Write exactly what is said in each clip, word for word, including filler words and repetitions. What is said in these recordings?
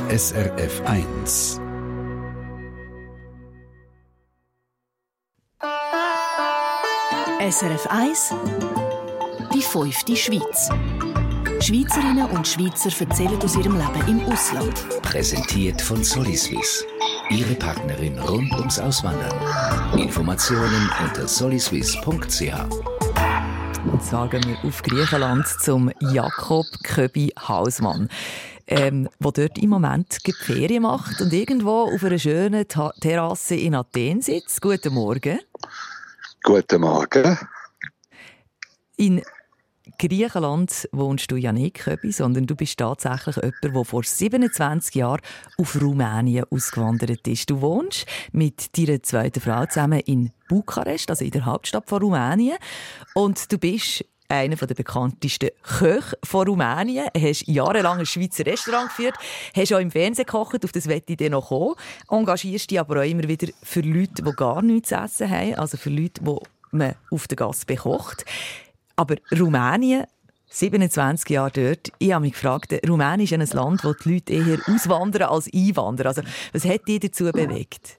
S R F eins. S R F eins, die fünfte Schweiz. Schweizerinnen und Schweizer erzählen aus ihrem Leben im Ausland. Präsentiert von Soliswiss. Ihre Partnerin rund ums Auswandern. Informationen unter soliswiss punkt c h. Und zwar gehen wir auf Griechenland zum Jakob Köbi-Hausmann, ähm, der dort im Moment die Ferien macht und irgendwo auf einer schönen Ta- Terrasse in Athen sitzt. Guten Morgen. Guten Morgen. In Griechenland wohnst du ja nicht, Köbi, sondern du bist tatsächlich jemand, der vor siebenundzwanzig Jahren auf Rumänien ausgewandert ist. Du wohnst mit deiner zweiten Frau zusammen in Bukarest, also in der Hauptstadt von Rumänien. Und du bist einer der bekanntesten Köche von Rumänien. Du hast jahrelang ein Schweizer Restaurant geführt, hast auch im Fernsehen gekocht, auf das möchte ich dann noch kommen. Engagierst dich aber auch immer wieder für Leute, die gar nichts zu essen haben, also für Leute, die man auf der Gasse bekocht. Aber Rumänien, siebenundzwanzig Jahre dort, ich habe mich gefragt, Rumänien ist ein Land, wo die Leute eher auswandern als einwandern. Also, was hat dich dazu bewegt?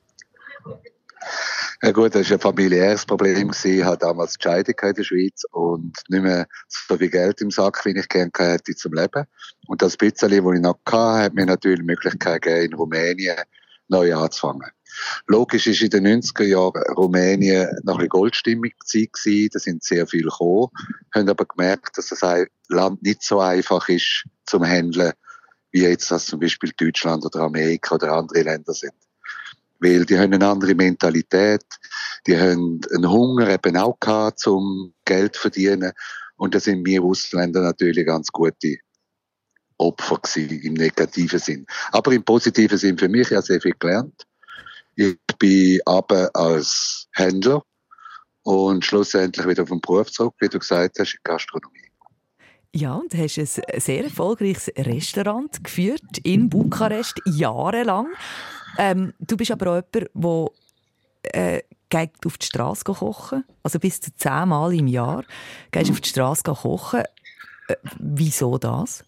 Ja gut, das war ein familiäres Problem. Ich hatte damals die Scheidung in der Schweiz und nicht mehr so viel Geld im Sack, wie ich gerne hätte zum Leben. Und das bisschen, das ich noch hatte, hat mir natürlich die Möglichkeit gegeben, in Rumänien neu anzufangen. Logisch ist in den neunziger Jahren Rumänien noch ein bisschen Goldstimmung gewesen. Da sind sehr viele gekommen, haben aber gemerkt, dass das Land nicht so einfach ist zum Handeln, wie jetzt das zum Beispiel Deutschland oder Amerika oder andere Länder sind. Weil die haben eine andere Mentalität, die haben einen Hunger eben auch gehabt, zum Geld zu verdienen. Und da sind wir Ausländer natürlich ganz gute Opfer gewesen, im negativen Sinn. Aber im positiven Sinn für mich, ich habe sehr viel gelernt. Ich bin aber als Händler und schlussendlich wieder auf den Beruf zurück, wie du gesagt hast, in Gastronomie. Ja, und du hast ein sehr erfolgreiches Restaurant geführt in Bukarest, jahrelang. Ähm, du bist aber auch jemand, der äh, auf die Straße kochen, also bis zu zehnmal im Jahr gehst auf die Straße kochen. Äh, wieso das?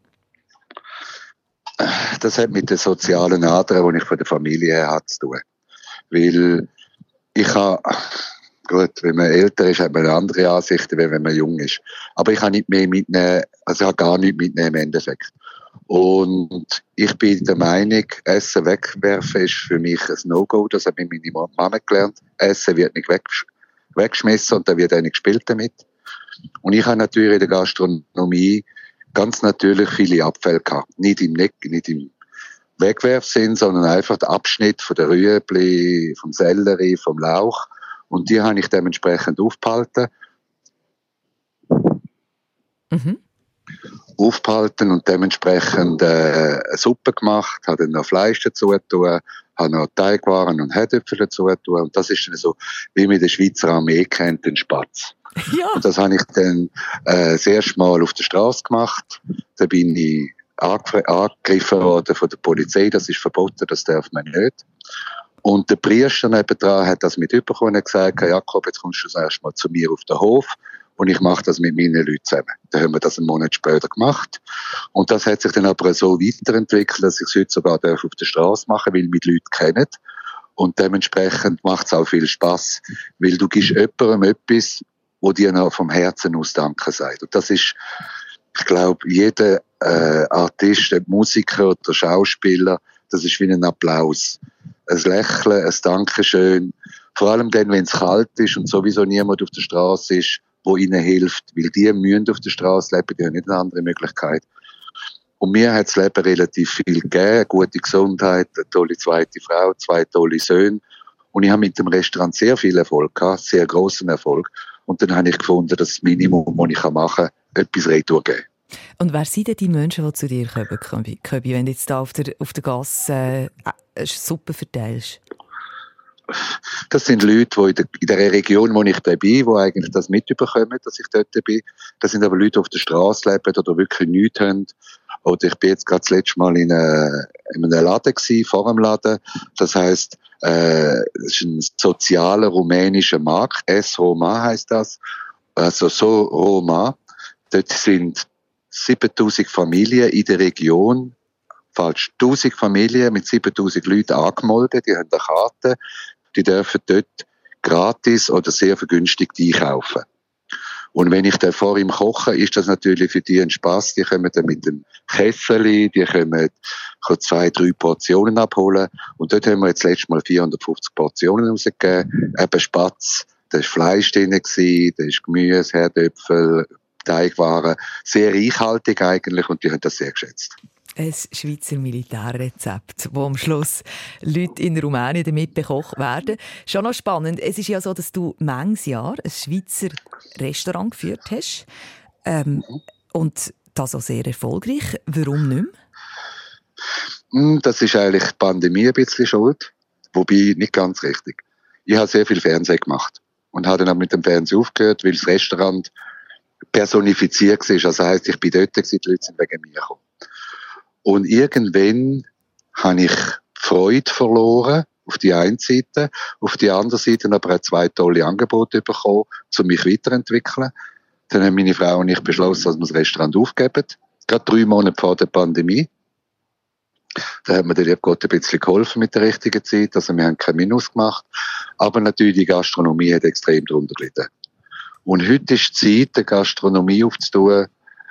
Das hat mit den sozialen Adern, die ich von der Familie her habe, zu tun. Weil ich habe, gut, wenn man älter ist, hat man andere Ansichten, als wenn man jung ist. Aber ich habe nicht mehr mitnehmen, also ich habe gar nichts mitnehmen im Endeffekt. Und ich bin der Meinung, Essen wegwerfen ist für mich ein No-Go. Das hat mir meine Mama gelernt. Essen wird nicht weggesch- weggeschmissen und da wird auch nicht gespielt damit. Und ich habe natürlich in der Gastronomie ganz natürlich viele Abfälle gehabt. Nicht im, ne- nicht im Wegwerfsinn, sondern einfach der Abschnitt von der Rüebli, vom Sellerie, vom Lauch. Und die habe ich dementsprechend aufgehalten. Mhm. Aufgehalten und dementsprechend äh, eine Suppe gemacht, habe dann noch Fleisch dazu getan, habe noch Teigwaren und Herdöpfel dazu getan. Und das ist dann so, wie man in der Schweizer Armee kennt, den Spatz. Ja. Und das habe ich dann äh, das erste Mal auf der Straße gemacht. Da bin ich angegr- angegriffen worden von der Polizei. Das ist verboten, das darf man nicht. Und der Priester nebendran hat das mitbekommen und gesagt, Jakob, jetzt kommst du das erste Mal zu mir auf den Hof und ich mache das mit meinen Leuten zusammen. Dann haben wir das einen Monat später gemacht. Und das hat sich dann aber so weiterentwickelt, dass ich es heute sogar auf der Straße machen darf, weil mich die Leute kennen. Und dementsprechend macht es auch viel Spass, weil du gibst jemandem etwas, wo dir noch vom Herzen aus Danke sagt. Und das ist, ich glaube, jeder äh, Artist, ob Musiker oder Schauspieler, das ist wie ein Applaus. Ein Lächeln, ein Dankeschön. Vor allem dann, wenn es kalt ist und sowieso niemand auf der Straße ist, wo ihnen hilft. Weil die müssen auf der Straße leben, die haben nicht eine andere Möglichkeit. Und mir hat das Leben relativ viel gegeben. Eine gute Gesundheit, eine tolle zweite Frau, zwei tolle Söhne. Und ich habe mit dem Restaurant sehr viel Erfolg gehabt, sehr grossen Erfolg. Und dann habe ich gefunden, das Minimum, das ich machen kann, etwas retour geben. Und wer sind denn die Menschen, die zu dir kommen, Köbi, Köbi, wenn du jetzt da auf der, auf der Gasse äh, eine Suppe verteilst? Das sind Leute, die in der, in der Region, wo ich da bin, die eigentlich das mitbekommen, dass ich dort bin. Das sind aber Leute, die auf der Straße leben oder wirklich nichts haben. Oder ich bin jetzt gerade das letzte Mal in, eine, in einem Laden gewesen, vor dem Laden. Das heisst, äh, es ist ein sozialer rumänischer Markt. S-Roma heisst das. Also so Roma. Dort sind siebentausend Familien in der Region falsch, tausend Familien mit siebentausend Leuten angemeldet, die haben eine Karte, die dürfen dort gratis oder sehr vergünstigt einkaufen. Und wenn ich dann vor ihm koche, ist das natürlich für die ein Spass. Die kommen dann mit dem Kessel, die können zwei, drei Portionen abholen. Und dort haben wir jetzt letztes Mal vierhundertfünfzig Portionen rausgegeben. Eben Spatz, da war Fleisch drin, da ist Gemüse, Herdöpfel, Teigwaren. Sehr reichhaltig eigentlich und die haben das sehr geschätzt. Ein Schweizer Militärrezept, wo am Schluss Leute in Rumänien damit bekocht werden. Schon noch spannend. Es ist ja so, dass du manches Jahr ein Schweizer Restaurant geführt hast. Ähm, und das auch sehr erfolgreich. Warum nicht mehr? Das ist eigentlich die Pandemie ein bisschen schuld. Wobei nicht ganz richtig. Ich habe sehr viel Fernsehen gemacht. Und habe dann auch mit dem Fernsehen aufgehört, weil das Restaurant personifiziert war. Das heisst, ich bin dort, die Leute sind wegen mir gekommen. Und irgendwann habe ich Freude verloren, auf die eine Seite, auf die andere Seite aber auch zwei tolle Angebote bekommen, um mich weiterzuentwickeln. Dann haben meine Frau und ich beschlossen, dass wir das Restaurant aufgeben. Gerade drei Monate vor der Pandemie. Da hat mir der liebe Gott ein bisschen geholfen mit der richtigen Zeit. Also wir haben kein Minus gemacht. Aber natürlich die Gastronomie hat extrem darunter gelitten. Und heute ist die Zeit, die Gastronomie aufzutun.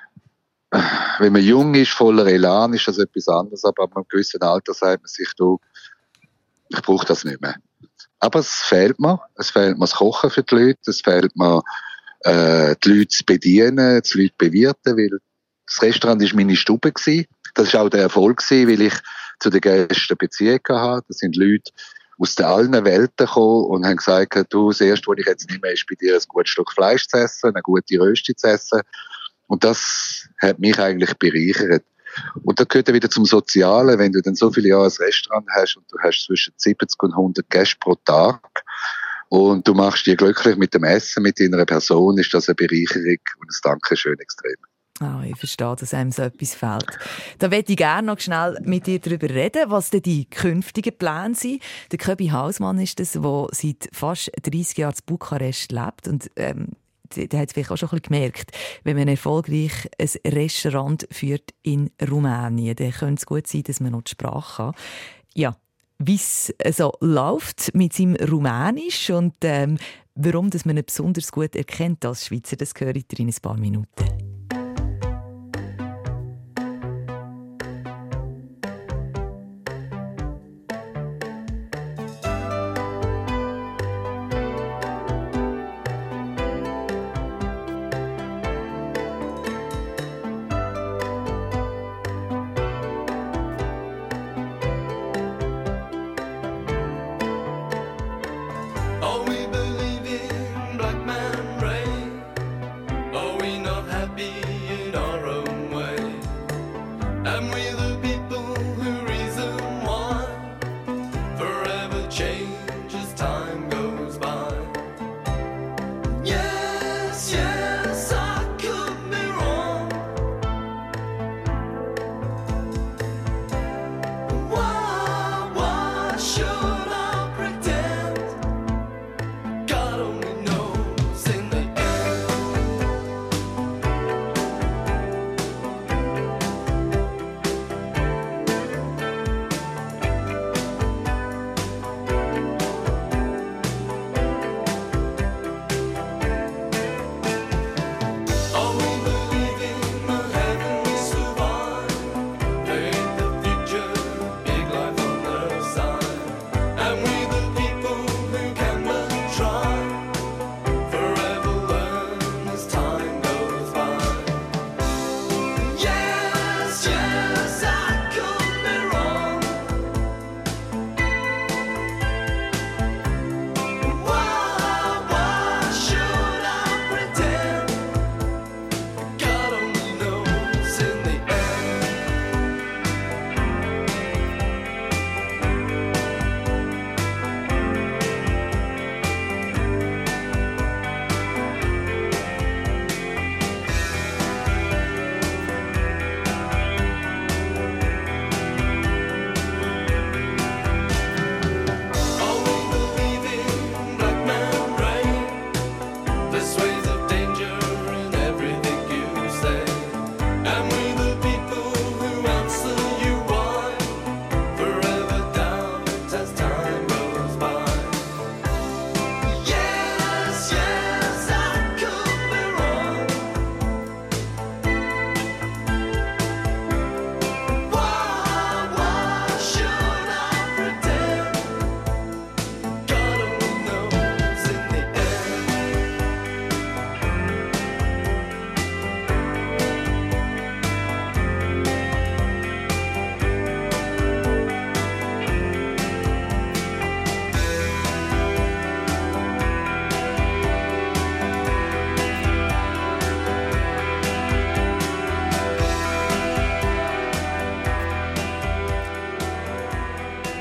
Wenn man jung ist, voller Elan, ist das etwas anderes. Aber ab einem gewissen Alter sagt man sich, du, ich brauche das nicht mehr. Aber es fehlt mir. Es fehlt mir das Kochen für die Leute. Es fehlt mir, äh, die Leute zu bedienen, die Leute bewirten, weil das Restaurant war meine Stube gewesen. Das war auch der Erfolg gewesen, weil ich zu den Gästen Beziehung hatte. Das sind Leute aus allen Welten gekommen und haben gesagt, du, das Erste, was ich jetzt nicht mehr ist, bei dir ein gutes Stück Fleisch zu essen, eine gute Rösti zu essen. Und das hat mich eigentlich bereichert. Und da gehört dann wieder zum Sozialen, wenn du dann so viele Jahre ein Restaurant hast und du hast zwischen siebzig und hundert Gäste pro Tag und du machst dich glücklich mit dem Essen, mit deiner Person, ist das eine Bereicherung und ein Dankeschön extrem. Oh, ich verstehe, dass einem so etwas fehlt. Da möchte ich gerne noch schnell mit dir darüber reden, was denn die künftigen Pläne sind. Der Köbi Hausmann ist das, der seit fast dreissig Jahren in Bukarest lebt und ähm, der hat es vielleicht auch schon ein bisschen gemerkt, wenn man erfolgreich ein Restaurant führt in Rumänien, dann könnte es gut sein, dass man noch die Sprache kann. Ja, wie es so läuft mit seinem Rumänisch und ähm, warum dass man ihn besonders gut erkennt als Schweizer, das höre ich dir in ein paar Minuten.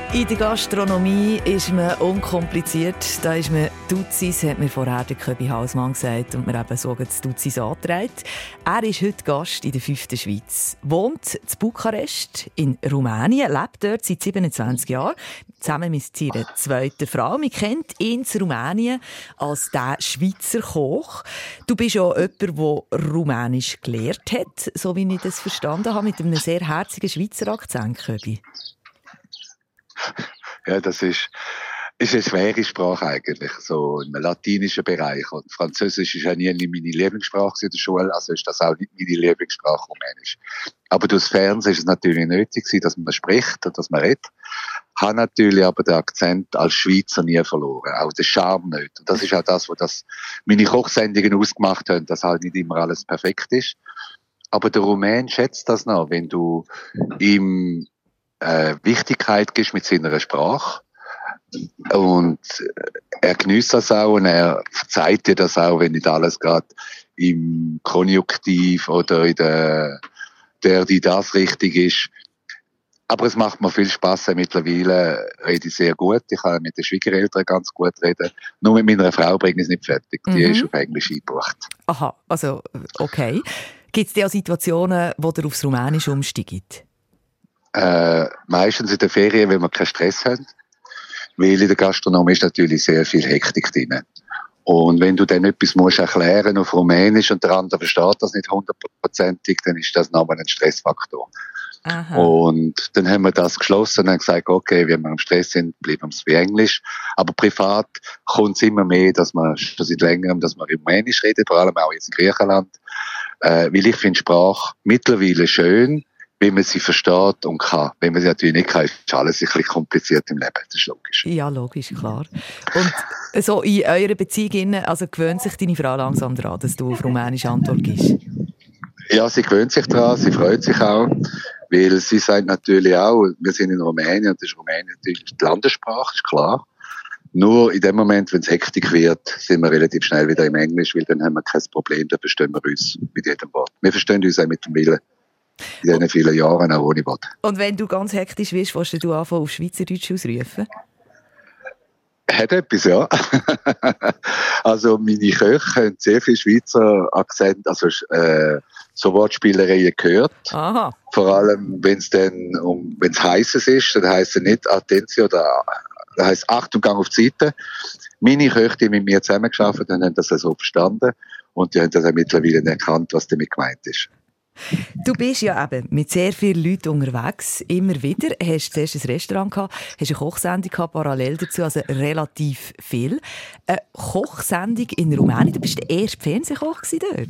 In der Gastronomie ist man unkompliziert. Da ist man Duzis, hat mir vorher der Köbi Hausmann gesagt, und mir eben so das Duzis antreibt. Er ist heute Gast in der fünften Schweiz. Wohnt in Bukarest in Rumänien, lebt dort seit siebenundzwanzig Jahren, zusammen mit seiner zweiten Frau. Man kennt ihn in Rumänien als den Schweizer Koch. Du bist ja jemand, der Rumänisch gelehrt hat, so wie ich das verstanden habe, mit einem sehr herzigen Schweizer Akzent, Köbi. Ja, das ist, ist eine schwere Sprache eigentlich, so im latinischen Bereich. Und Französisch ist ja nie meine Lieblingssprache in der Schule, also ist das auch nicht meine Lieblingssprache, Rumänisch. Aber durchs Fernsehen ist es natürlich nötig, dass man spricht und dass man redet. Habe natürlich aber den Akzent als Schweizer nie verloren, auch den Charme nicht. Und das ist auch das, was das meine Kochsendungen ausgemacht haben, dass halt nicht immer alles perfekt ist. Aber der Rumän schätzt das noch, wenn du ihm Äh, Wichtigkeit gibst mit seiner Sprache. Und er genießt das auch und er verzeiht dir das auch, wenn nicht alles gerade im Konjunktiv oder in der, der, die das richtig ist. Aber es macht mir viel Spass. Mittlerweile rede ich sehr gut. Ich kann mit den Schwiegereltern ganz gut reden. Nur mit meiner Frau bringe ich es nicht fertig. Die mhm. ist auf Englisch eingebucht. Aha, also okay. Gibt es da Situationen, wo ihr aufs Rumänische umsteigt? Äh, meistens in den Ferien, wenn wir keinen Stress haben. Weil in der Gastronomie ist natürlich sehr viel Hektik drin. Und wenn du dann etwas musst erklären auf Rumänisch und der andere versteht das nicht hundertprozentig, dann ist das nochmal ein Stressfaktor. Aha. Und dann haben wir das geschlossen und haben gesagt, okay, wenn wir im Stress sind, bleiben wir es wie Englisch. Aber privat kommt es immer mehr, dass man schon seit längerem, dass man Rumänisch redet, vor allem auch jetzt in Griechenland. Äh, weil ich finde Sprache mittlerweile schön, wie man sie versteht und kann. Wenn man sie natürlich nicht kann, ist alles ein bisschen kompliziert im Leben. Das ist logisch. Ja, logisch, klar. Und so in eurer Beziehung, also gewöhnt sich deine Frau langsam daran, dass du auf Rumänisch Antwort gibst? Ja, sie gewöhnt sich daran, sie freut sich auch, weil sie sagt natürlich auch, wir sind in Rumänien und das ist Rumänien natürlich die Landessprache, ist klar. Nur in dem Moment, wenn es Hektik wird, sind wir relativ schnell wieder im Englisch, weil dann haben wir kein Problem, da verstehen wir uns mit jedem Wort. Wir verstehen uns auch mit dem Willen. In diesen vielen Jahren auch ohne Wort. Und wenn du ganz hektisch wirst, willst du anfangen, auf Schweizerdeutsch ausrufen? Hat etwas, ja. Also meine Köche haben sehr viel Schweizer Akzent, also äh, so Wortspielereien gehört. Aha. Vor allem, wenn es dann um, wenn es heißes ist, dann heisst es nicht Attention oder das heisst Achtung, Gang auf die Seite. Meine Köche, die mit mir zusammengearbeitet haben, haben das so verstanden und die haben das auch mittlerweile erkannt, was damit gemeint ist. Du bist ja eben mit sehr vielen Leuten unterwegs, immer wieder. Du hast zuerst ein Restaurant gehabt, hast eine Kochsendung gehabt, parallel dazu, also relativ viel. Eine Kochsendung in Rumänien, du bist der erste Fernsehkoch dort?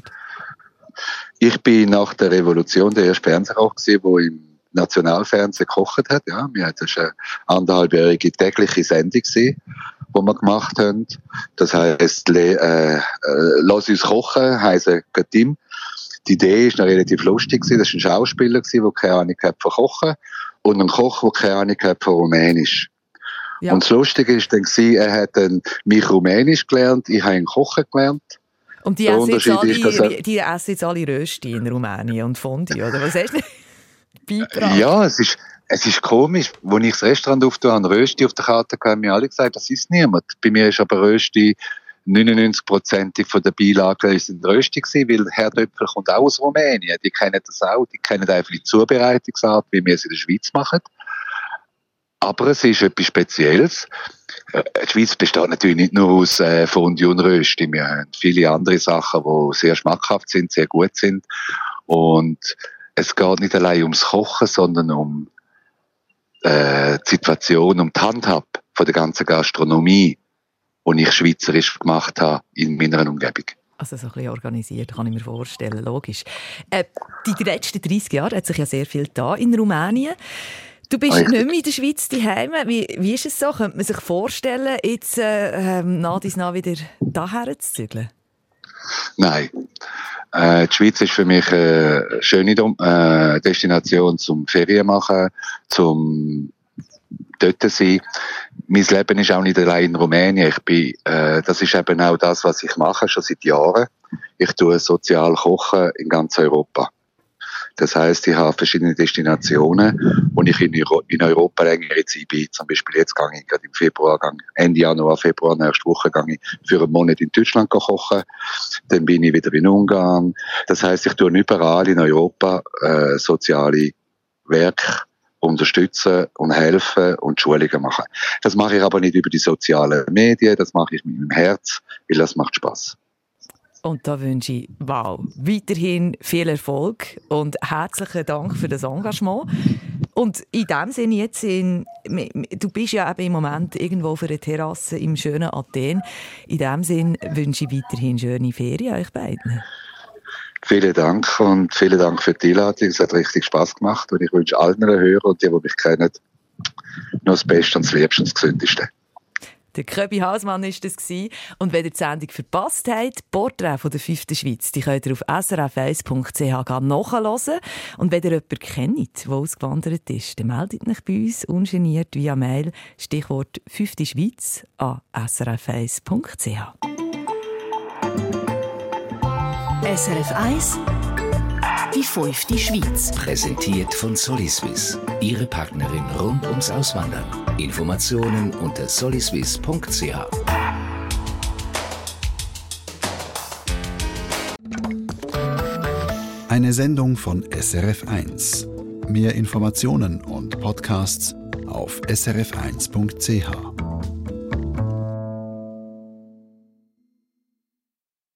Ich bin nach der Revolution der erste Fernsehkoch, der im Nationalfernsehen gekocht hat. Ja, wir hatten eine anderthalbjährige tägliche Sendung, die wir gemacht haben. Das heisst, äh, äh, «Lass uns kochen», heisst Gatim. Die Idee war noch relativ lustig. Das war ein Schauspieler, der keine Ahnung hat von Kochen und ein Koch, der keine Ahnung hat von Rumänisch. Ja. Und das Lustige war dann, er hat dann mich Rumänisch gelernt, ich habe ihn Kochen gelernt. Und die essen, jetzt alle, die, die essen jetzt alle Rösti in Rumänien und Fondue, oder was hast du beigebracht? Ja, es ist, es ist komisch. Als ich das Restaurant aufgetan habe, Rösti auf der Karte, haben mir alle gesagt, das ist niemand. Bei mir ist aber Rösti neunundneunzig Prozent von der Beilagen sind Rösti gewesen, weil Herdöpfel kommt auch aus Rumänien. Die kennen das auch, die kennen einfach die Zubereitungsart, wie wir es in der Schweiz machen. Aber es ist etwas Spezielles. Die Schweiz besteht natürlich nicht nur aus äh, Fondue und Rösti. Wir haben viele andere Sachen, die sehr schmackhaft sind, sehr gut sind. Und es geht nicht allein ums Kochen, sondern um äh, die Situation, um die Handhabe von der ganzen Gastronomie, die ich schweizerisch gemacht habe in meiner Umgebung. Also so ein bisschen organisiert, kann ich mir vorstellen, logisch. Äh, die letzten dreissig Jahre hat sich ja sehr viel da in Rumänien. Du bist Richtig. nicht mehr in der Schweiz daheim. Wie, wie ist es so? Könnte man sich vorstellen, jetzt äh, nach dies nach wieder daher zu zügeln? Nein. Äh, die Schweiz ist für mich eine schöne äh, Destination zum Ferien machen, zum dort sein. Mein Leben ist auch nicht allein in Rumänien. Ich bin, äh, das ist eben auch das, was ich mache, schon seit Jahren. Ich tue sozial kochen in ganz Europa. Das heisst, ich habe verschiedene Destinationen, wo ich in, Euro- in Europa längere Zeit bin. Zum Beispiel jetzt gehe ich gerade im Februar, Ende Januar, Februar, nächste Woche gehe ich für einen Monat in Deutschland kochen. Dann bin ich wieder in Ungarn. Das heisst, ich tue überall in Europa äh, soziale Werke unterstützen und helfen und Schulungen machen. Das mache ich aber nicht über die sozialen Medien, das mache ich mit meinem Herz, weil das macht Spass. Und da wünsche ich, wow, weiterhin viel Erfolg und herzlichen Dank für das Engagement. Und in dem Sinne jetzt, in, du bist ja eben im Moment irgendwo auf einer Terrasse im schönen Athen. In dem Sinne wünsche ich weiterhin schöne Ferien euch beiden. Vielen Dank und vielen Dank für die Einladung. Es hat richtig Spass gemacht und ich wünsche allen Hörern und die, die mich kennen, noch das Beste und das Liebste und das Gesündeste. Der Köbi Hausmann war das. Und wenn ihr die Sendung verpasst habt, Porträt von der fünften Schweiz, die könnt ihr auf s r f eins punkt c h nachhören. Und wenn ihr jemanden kennt, der ausgewandert ist, dann meldet euch bei uns ungeniert via Mail Stichwort fünfte Schweiz an s r f eins punkt c h. S R F eins, die fünfte Schweiz. Präsentiert von Soliswiss. Ihre Partnerin rund ums Auswandern. Informationen unter soliswiss punkt c h. Eine Sendung von S R F eins. Mehr Informationen und Podcasts auf s r f eins punkt c h.